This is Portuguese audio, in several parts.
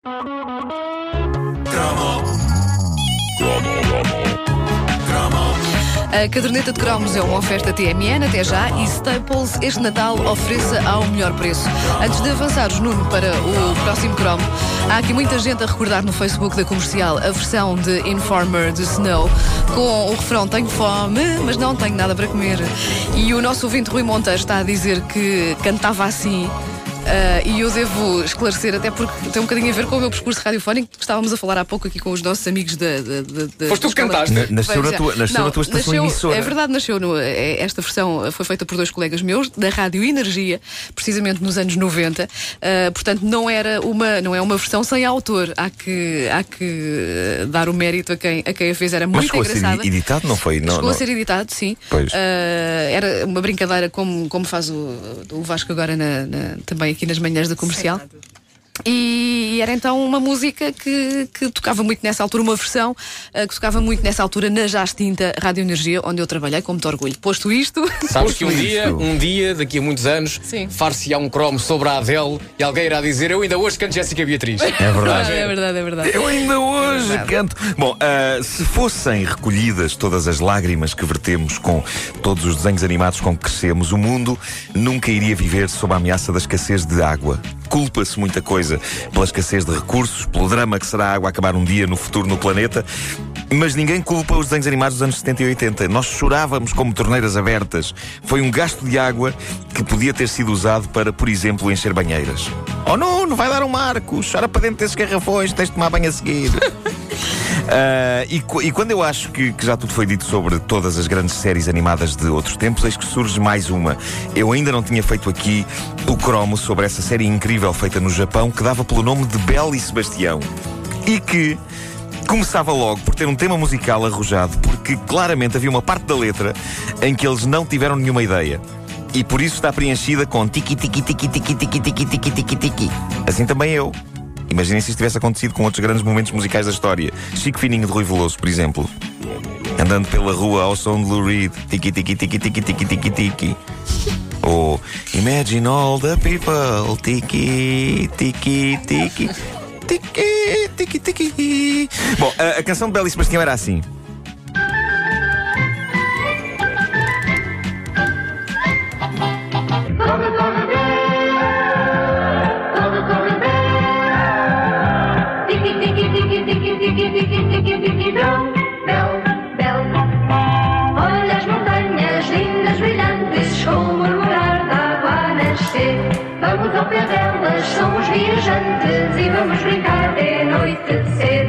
A caderneta de cromos é uma oferta TMN, até já, e Staples este Natal ofereça ao melhor preço. Antes de avançares, Nuno, para o próximo cromo, há aqui muita gente a recordar no Facebook da Comercial a versão de Informer de Snow, com o refrão "tenho fome, mas não tenho nada para comer". E o nosso ouvinte Rui Monteiro está a dizer que cantava assim. E eu devo esclarecer, até porque tem um bocadinho a ver com o meu percurso radiofónico, que estávamos a falar há pouco aqui com os nossos amigos da Foste tu que cantaste? Nasceu na tua estação emissora. É verdade, nasceu. Esta versão foi feita por dois colegas meus, da Rádio Energia, precisamente nos anos 90. Portanto, não é uma versão sem autor. Há que dar o mérito a quem a fez. Era muito engraçada. Mas chegou a ser editado, não foi? Chegou a ser editado, sim. Era uma brincadeira como faz o Vasco agora também aqui nas manhãs da Comercial. E era então uma música que tocava muito nessa altura, uma versão que tocava muito nessa altura na já extinta Rádio Energia, onde eu trabalhei com muito orgulho. Posto isto... Sabes que um dia, daqui a muitos anos, far-se-á um cromo sobre a Adele e alguém irá dizer: eu ainda hoje canto Jéssica Beatriz. É verdade. É verdade. Eu ainda hoje canto. Bom, se fossem recolhidas todas as lágrimas que vertemos com todos os desenhos animados com que crescemos, o mundo nunca iria viver sob a ameaça da escassez de água. Culpa-se muita coisa pela escassez de recursos, pelo drama que será a água acabar um dia no futuro no planeta, mas ninguém culpa os desenhos animados dos anos 70 e 80. Nós chorávamos como torneiras abertas. Foi um gasto de água que podia ter sido usado para, por exemplo, encher banheiras. Oh não vai dar um marco, chora para dentro desses garrafões, tens de tomar banho a seguir. E quando eu acho que já tudo foi dito sobre todas as grandes séries animadas de outros tempos, eis que surge mais uma. Eu ainda não tinha feito aqui o cromo sobre essa série incrível feita no Japão, que dava pelo nome de Belle e Sebastião, e que começava logo por ter um tema musical arrojado, porque claramente havia uma parte da letra em que eles não tiveram nenhuma ideia. E por isso está preenchida com tiki tiki tiki tiki tiki tiki tiki tiki tiki. Assim também eu. Imaginem se isto tivesse acontecido com outros grandes momentos musicais da história. Chico Fininho de Rui Veloso, por exemplo, andando pela rua ao som de Lou Reed. Tiki tiki tiki tiki tiki tiki tiki. Ou Imagine all the people. Tiki tiki tiki tiki tiki tiki. Bom, a canção de Belle e Sebastião era assim. Olha as montanhas lindas, brilhantes, com o murmurar da água a nascer. Vamos ao pé delas, somos viajantes, e vamos brincar até anoitecer.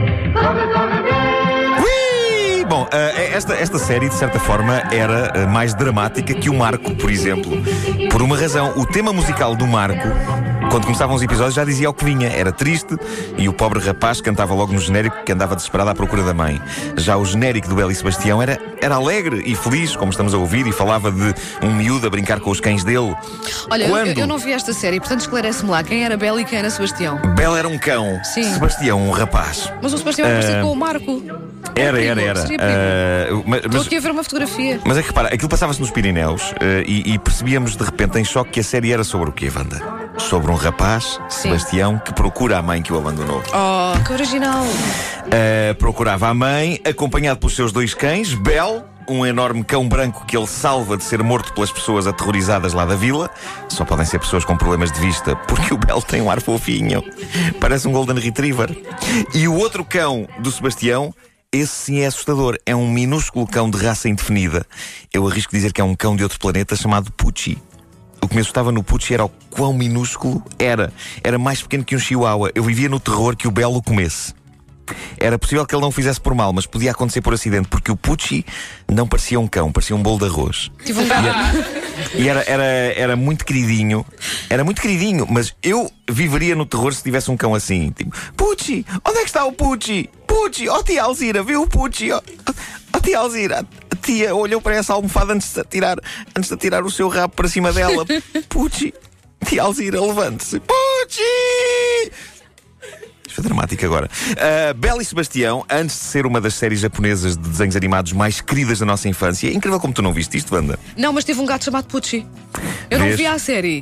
Bom, esta série, de certa forma, era mais dramática que o Marco, por exemplo. Por uma razão, o tema musical do Marco, quando começavam os episódios, já dizia o que vinha. Era triste e o pobre rapaz cantava logo no genérico que andava desesperado à procura da mãe. Já o genérico do Belle e Sebastião era alegre e feliz, como estamos a ouvir, e falava de um miúdo a brincar com os cães dele. Olha, eu não vi esta série, portanto esclarece-me lá quem era Belle e quem era Sebastião. Belle era um cão, Sebastião um rapaz. Mas o Sebastião era parecido com o Marco. Era. Estou aqui a ver uma fotografia. Mas é que repara, aquilo passava-se nos Pirineus e percebíamos de repente em choque que a série era sobre o quê, Wanda? Sobre um rapaz, Sebastião, que procura a mãe que o abandonou. Oh, que original! Procurava a mãe, acompanhado pelos seus dois cães, Belle, um enorme cão branco que ele salva de ser morto pelas pessoas aterrorizadas lá da vila. Só podem ser pessoas com problemas de vista, porque o Belle tem um ar fofinho. Parece um Golden Retriever. E o outro cão do Sebastião, esse sim é assustador. É um minúsculo cão de raça indefinida. Eu arrisco dizer que é um cão de outro planeta chamado Pucci. O que me assustava no Pucci era o quão minúsculo era. Era mais pequeno que um chihuahua. Eu vivia no terror que o Belle o comesse. Era possível que ele não o fizesse por mal, mas podia acontecer por acidente, porque o Pucci não parecia um cão, parecia um bolo de arroz. E era muito queridinho. Era muito queridinho, mas eu viveria no terror se tivesse um cão assim. Tipo, Pucci, onde é que está o Pucci? Pucci, oh tia Alzira, viu o Pucci? Oh tia Alzira, a tia olhou para essa almofada antes de atirar o seu rabo para cima dela. Pucci, tia Alzira, levante-se. Pucci! Isto é dramático agora. Belle e Sebastião, antes de ser uma das séries japonesas de desenhos animados mais queridas da nossa infância. É incrível como tu não viste isto, Wanda. Não, mas teve um gato chamado Pucci. Eu não vi a série,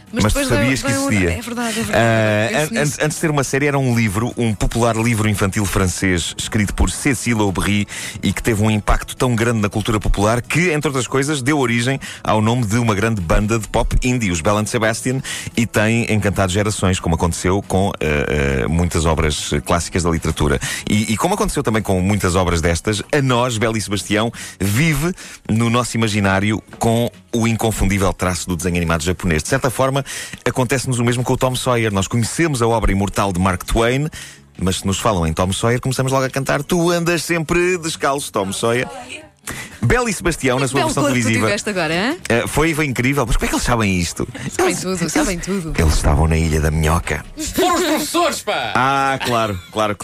Mas tu sabias que existia. É verdade, é verdade. Antes de ter uma série, era um livro, um popular livro infantil francês, escrito por Cécile Aubry, e que teve um impacto tão grande na cultura popular que, entre outras coisas, deu origem ao nome de uma grande banda de pop indie, os Bell and Sebastian, e tem encantado gerações, como aconteceu com muitas obras clássicas da literatura. E como aconteceu também com muitas obras destas, a nós, Bell e Sebastião, vive no nosso imaginário com o inconfundível traço do desenho animado japonês. De certa forma, acontece-nos o mesmo com o Tom Sawyer. Nós conhecemos a obra imortal de Mark Twain, mas se nos falam em Tom Sawyer, começamos logo a cantar: tu andas sempre descalço, Tom Sawyer. Bell e Sebastião, na sua versão televisiva. Agora, hein? Foi incrível. Mas como é que eles sabem isto? Sabem tudo. Eles estavam na Ilha da Minhoca. Foram os professores, pá! Claro.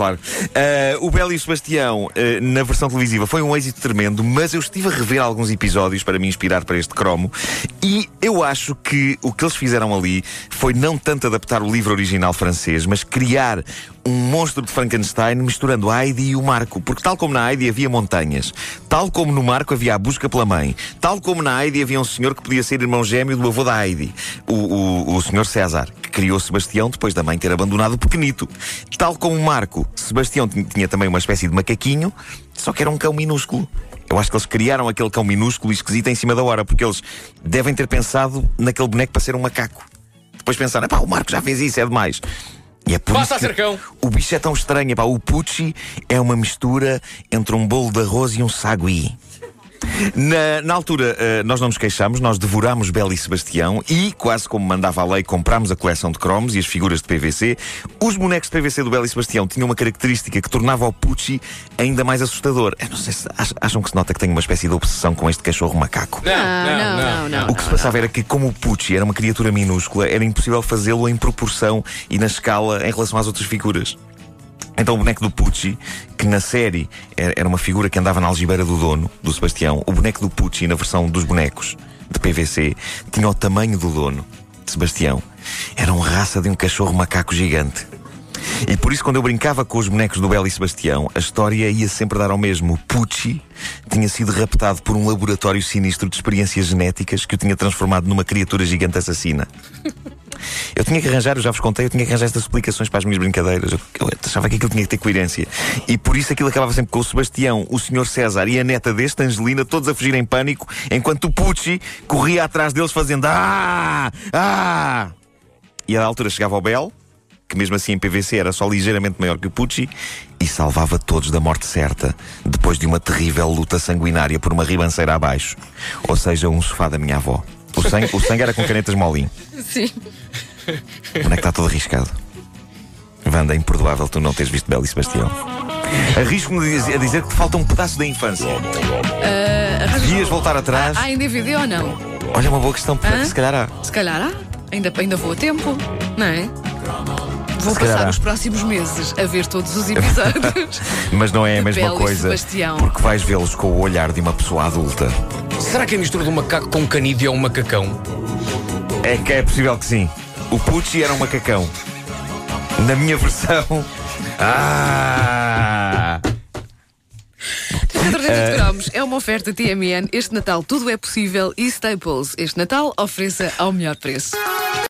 O Bell e o Sebastião, na versão televisiva, foi um êxito tremendo, mas eu estive a rever alguns episódios para me inspirar para este cromo, e eu acho que o que eles fizeram ali foi não tanto adaptar o livro original francês, mas criar um monstro de Frankenstein misturando a Heidi e o Marco. Porque tal como na Heidi havia montanhas, tal como no Marco havia a busca pela mãe, tal como na Heidi havia um senhor que podia ser irmão gêmeo do avô da Heidi, o senhor César, que criou Sebastião depois da mãe ter abandonado o pequenito. Tal como o Marco, Sebastião tinha também uma espécie de macaquinho, só que era um cão minúsculo. Eu acho que eles criaram aquele cão minúsculo e esquisito em cima da hora, porque eles devem ter pensado naquele boneco para ser um macaco. Depois pensaram: o Marco já fez isso, é demais. E é por isso que o bicho é tão estranho. O Pucci é uma mistura entre um bolo de arroz e um sagui. Na altura, nós não nos queixámos, nós devorámos Bell e Sebastião e, quase como mandava a lei, comprámos a coleção de cromos e as figuras de PVC. Os bonecos de PVC do Bell e Sebastião tinham uma característica que tornava o Pucci ainda mais assustador. Eu não sei se acham que se nota que tenho uma espécie de obsessão com este cachorro macaco. Não. O que se passava era que, como o Pucci era uma criatura minúscula, era impossível fazê-lo em proporção e na escala em relação às outras figuras. Então o boneco do Pucci, que na série era uma figura que andava na algibeira do dono, do Sebastião, o boneco do Pucci, na versão dos bonecos de PVC, tinha o tamanho do dono, de Sebastião. Era uma raça de um cachorro macaco gigante. E por isso, quando eu brincava com os bonecos do Bell e Sebastião, a história ia sempre dar ao mesmo. O Pucci tinha sido raptado por um laboratório sinistro de experiências genéticas que o tinha transformado numa criatura gigante assassina. Eu tinha que arranjar, eu já vos contei, eu tinha que arranjar estas explicações para as minhas brincadeiras. Eu achava que aquilo tinha que ter coerência. E por isso aquilo acabava sempre com o Sebastião, o Sr. César e a neta deste, Angelina, todos a fugir em pânico, enquanto o Pucci corria atrás deles fazendo E a altura chegava ao Bell, que mesmo assim em PVC era só ligeiramente maior que o Pucci, e salvava todos da morte certa, depois de uma terrível luta sanguinária por uma ribanceira abaixo. Ou seja, um sofá da minha avó. O sangue era com canetas Molin. Sim. O boneco está todo arriscado. Wanda, é imperdoável tu não teres visto Bell e Sebastião. Arrisco-me a dizer que te falta um pedaço da infância. Devias voltar atrás. Há em DVD ou não? Olha, uma boa questão, porque se calhar há. Se calhar há. Ainda vou a tempo, não é? Vou passar os próximos meses a ver todos os episódios. Mas não é a mesma Bell coisa, porque vais vê-los com o olhar de uma pessoa adulta. Será que a mistura de um macaco com um canídeo é um macacão? É possível que sim. O Pucci era um macacão. Na minha versão. Caderneta de cromos é uma oferta TMN. Este Natal tudo é possível e Staples. Este Natal ofereça ao melhor preço.